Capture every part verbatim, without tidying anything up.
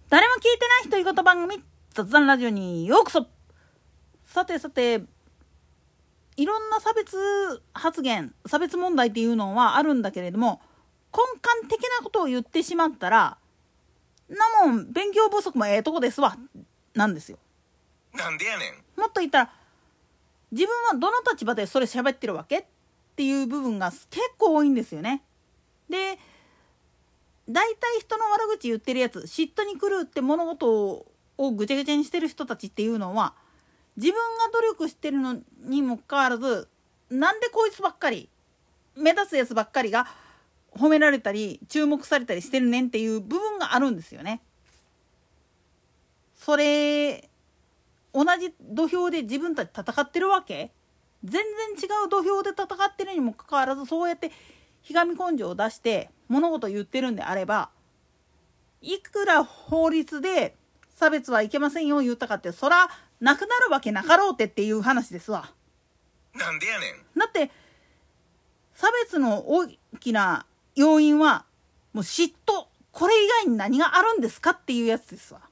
誰も聞いてない独り言番組雑談ラジオにようこそ。さてさて、いろんな差別発言、差別問題っていうのはあるんだけれども、根幹的なことを言ってしまったら、なもん勉強不足もええとこですわなんですよ。 なんでやねん。 もっと言ったら、自分はどの立場でそれ喋ってるわけっていう部分が結構多いんですよね。で、大体人の悪口言ってるやつ、嫉妬に狂って物事をぐちゃぐちゃにしてる人たちっていうのは、自分が努力してるのにもかかわらず、なんでこいつばっかり、目立つやつばっかりが褒められたり注目されたりしてるねんっていう部分があるんですよね。それ同じ土俵で自分たち戦ってるわけ？全然違う土俵で戦ってるにもかかわらず、そうやってひがみ根性を出して物事を言ってるんであれば、いくら法律で差別はいけませんよ言ったかって、そらなくなるわけなかろうてっていう話ですわ。 なんでやねん。 だって差別の大きな要因はもう嫉妬、これ以外に何があるんですかっていうやつですわ。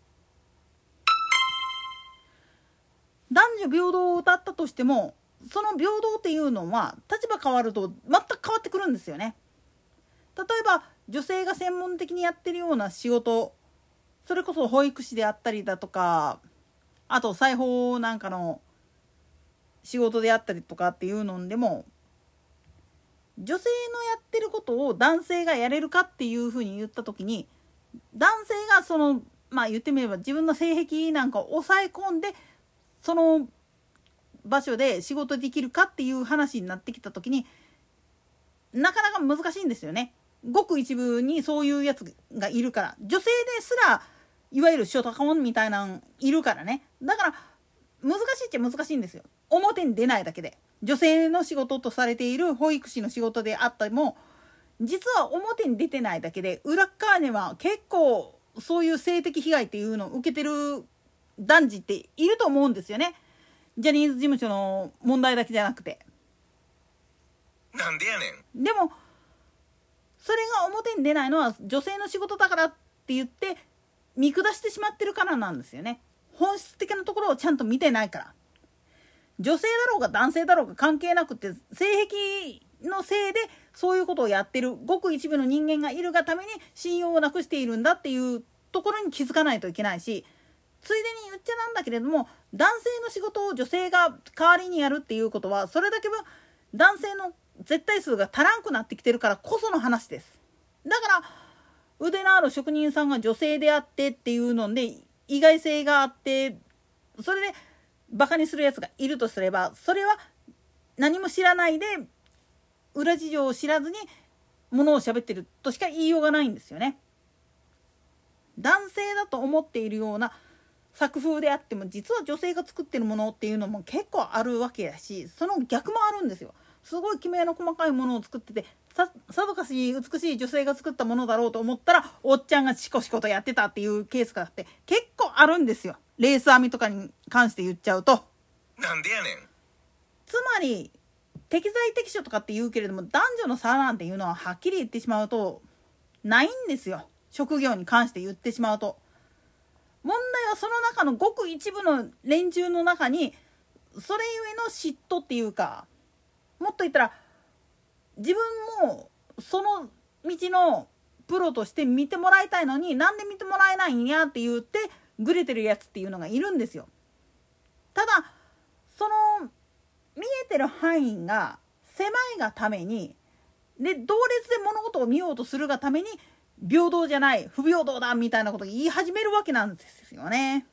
男女平等を謳ったとしても、その平等っていうのは立場変わると全く変わってくるんですよね。例えば女性が専門的にやってるような仕事、それこそ保育士であったりだとか、あと裁縫なんかの仕事であったりとかっていうのでも、女性のやってることを男性がやれるかっていうふうに言った時に、男性がそのまあ言ってみれば自分の性癖なんかを抑え込んでその場所で仕事できるかっていう話になってきた時に、なかなか難しいんですよね。ごく一部にそういうやつがいるから、女性ですらいわゆるショタコンみたいなのいるからね。だから難しいっちゃ難しいんですよ。表に出ないだけで。女性の仕事とされている保育士の仕事であっても、実は表に出てないだけで、裏側には結構そういう性的被害っていうのを受けてる男児っていると思うんですよね。ジャニーズ事務所の問題だけじゃなくて。 なんでやねん。でもそれが表に出ないのは女性の仕事だからって言って見下してしまってるからなんですよね。本質的なところをちゃんと見てないから。女性だろうが男性だろうが関係なくて、性癖のせいでそういうことをやってるごく一部の人間がいるがために信用をなくしているんだっていうところに気づかないといけないし、ついでに言っちゃなんだけれども、男性の仕事を女性が代わりにやるっていうことは、それだけ分男性の絶対数が足らんくなってきてるからこその話です。だから腕のある職人さんが女性であってっていうので意外性があって、それでバカにするやつがいるとすれば、それは何も知らないで裏事情を知らずにものを喋ってるとしか言いようがないんですよね。男性だと思っているような作風であっても、実は女性が作ってるものっていうのも結構あるわけだし、その逆もあるんですよ。すごいきめの細かいものを作ってて、ささぞかし美しい女性が作ったものだろうと思ったら、おっちゃんがシコシコとやってたっていうケースがあって結構あるんですよ。レース編みとかに関して言っちゃうと。 なんでやねん。 つまり適材適所とかって言うけれども、男女の差なんていうのははっきり言ってしまうとないんですよ。職業に関して言ってしまうと。問題はその中のごく一部の連中の中に、それゆえの嫉妬っていうか、もっと言ったら自分もその道のプロとして見てもらいたいのに、なんで見てもらえないんやって言ってグレてるやつっていうのがいるんですよ。ただその見えてる範囲が狭いがために、で同列で物事を見ようとするがために、平等じゃない不平等だみたいなことを言い始めるわけなんですよね。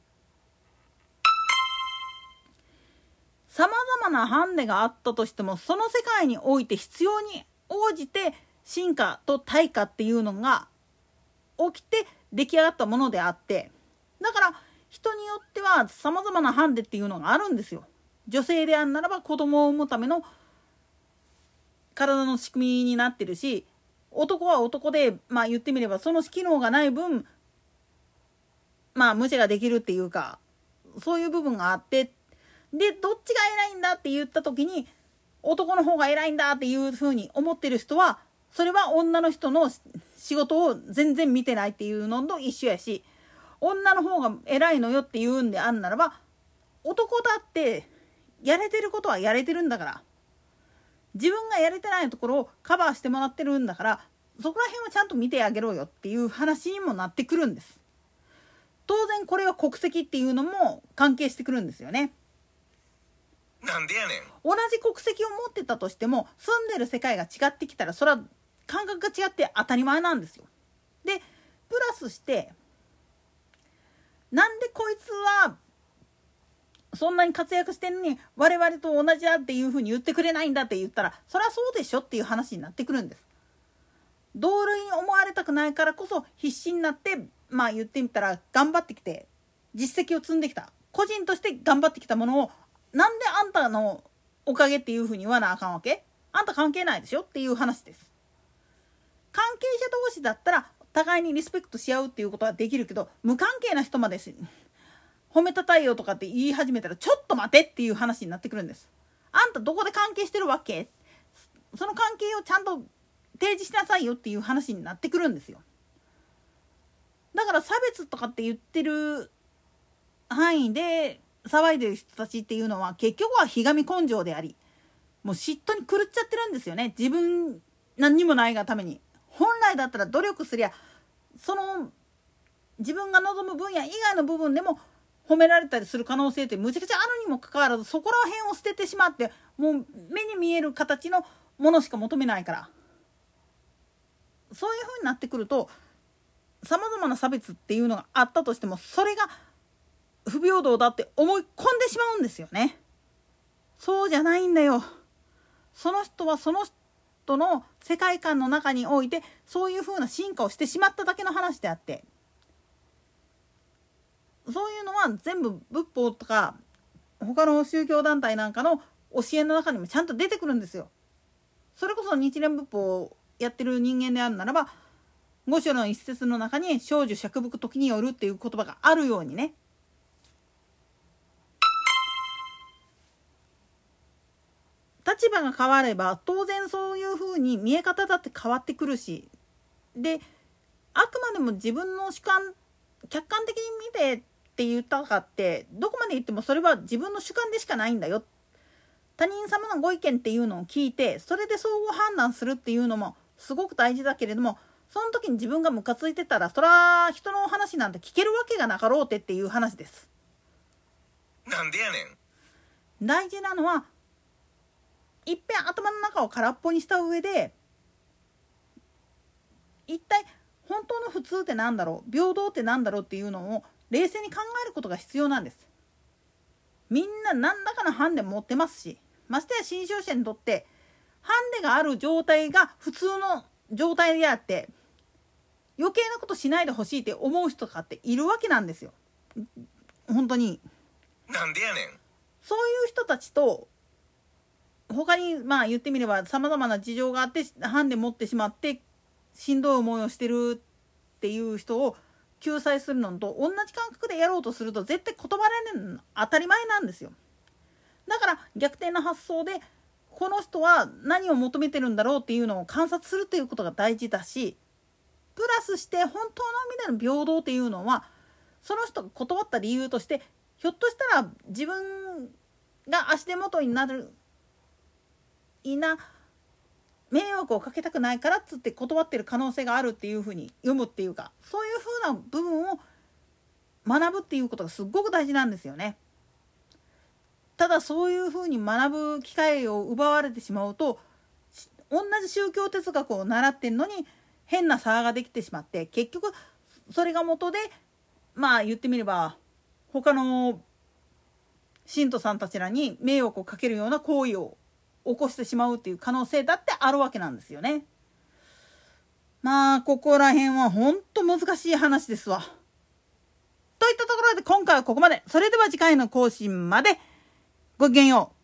さまざまなハンデがあったとしても、その世界において必要に応じて進化と退化っていうのが起きて出来上がったものであって、だから人によってはさまざまなハンデっていうのがあるんですよ。女性であるならば子供を産むための体の仕組みになってるし、男は男でまあ言ってみればその機能がない分、まあ無視ができるっていうか、そういう部分があって、でどっちが偉いんだって言った時に、男の方が偉いんだっていうふうに思ってる人は、それは女の人の仕事を全然見てないっていうのと一緒やし、女の方が偉いのよって言うんであんならば、男だってやれてることはやれてるんだから、自分がやれてないところをカバーしてもらってるんだから、そこら辺はちゃんと見てあげろよっていう話にもなってくるんです。当然これは国籍っていうのも関係してくるんですよね。 なんでやねん。 同じ国籍を持ってたとしても、住んでる世界が違ってきたらそれは感覚が違って当たり前なんですよ。でプラスして、なんでこいつはそんなに活躍してんのに我々と同じだっていうふうに言ってくれないんだって言ったら、そりゃそうでしょっていう話になってくるんです。同類に思われたくないからこそ必死になって、まあ言ってみたら頑張ってきて実績を積んできた、個人として頑張ってきたものを、なんであんたのおかげっていうふうに言わなあかんわけ？あんた関係ないでしょっていう話です。関係者同士だったら互いにリスペクトし合うっていうことはできるけど、無関係な人まで褒めたたえようとかって言い始めたら、ちょっと待てっていう話になってくるんです。あんたどこで関係してるわけ？その関係をちゃんと提示しなさいよっていう話になってくるんですよ。だから差別とかって言ってる範囲で騒いでる人たちっていうのは、結局はひがみ根性であり、もう嫉妬に狂っちゃってるんですよね。自分何にもないがために。本来だったら努力すりゃ、その自分が望む分野以外の部分でも褒められたりする可能性ってむちゃくちゃあるにもかかわらず、そこら辺を捨ててしまって、もう目に見える形のものしか求めないから、そういう風になってくると、さまざまな差別っていうのがあったとしても、それが不平等だって思い込んでしまうんですよね。そうじゃないんだよ。その人はその人の世界観の中においてそういう風な進化をしてしまっただけの話であって、そういうのは全部仏法とか他の宗教団体なんかの教えの中にもちゃんと出てくるんですよ。それこそ日蓮仏法をやってる人間であるならば、五書の一節の中に少女釈伏時によるっていう言葉があるようにね、立場が変われば当然そういうふうに見え方だって変わってくるし、であくまでも自分の主観、客観的に見てって言ったかって、どこまで言ってもそれは自分の主観でしかないんだよ。他人様のご意見っていうのを聞いて、それで相互判断するっていうのもすごく大事だけれども、その時に自分がムカついてたら、そら人の話なんて聞けるわけがなかろうてっていう話です。 なんでやねん。 大事なのは、いっぺん頭の中を空っぽにした上で、一体本当の普通ってなんだろう、平等ってなんだろうっていうのを冷静に考えることが必要なんです。みんな何らかのハンデ持ってますし、ましてや新商者にとってハンデがある状態が普通の状態であって、余計なことしないでほしいって思う人とかっているわけなんですよ。本当になんでやねん。 そういう人たちと、他にまあ言ってみればさまざまな事情があってハンデ持ってしまってしんどい思いをしてるっていう人を救済するのと同じ感覚でやろうとすると、絶対断られるの当たり前なんですよ。だから逆転の発想で、この人は何を求めてるんだろうっていうのを観察するということが大事だし、プラスして本当の意味での平等っていうのは、その人が断った理由として、ひょっとしたら自分が足手元になるいいな、迷惑をかけたくないからっつって断ってる可能性があるっていうふうに読むっていうか、そういうふうな部分を学ぶっていうことがすごく大事なんですよね。ただそういうふうに学ぶ機会を奪われてしまうと、同じ宗教哲学を習ってんのに変な差ができてしまって、結局それが元で、まあ言ってみれば他の信徒さんたちらに迷惑をかけるような行為を起こしてしまうっていう可能性だってあるわけなんですよね。まあここら辺はほんと難しい話ですわ。といったところで今回はここまで。それでは次回の更新までごきげんよう。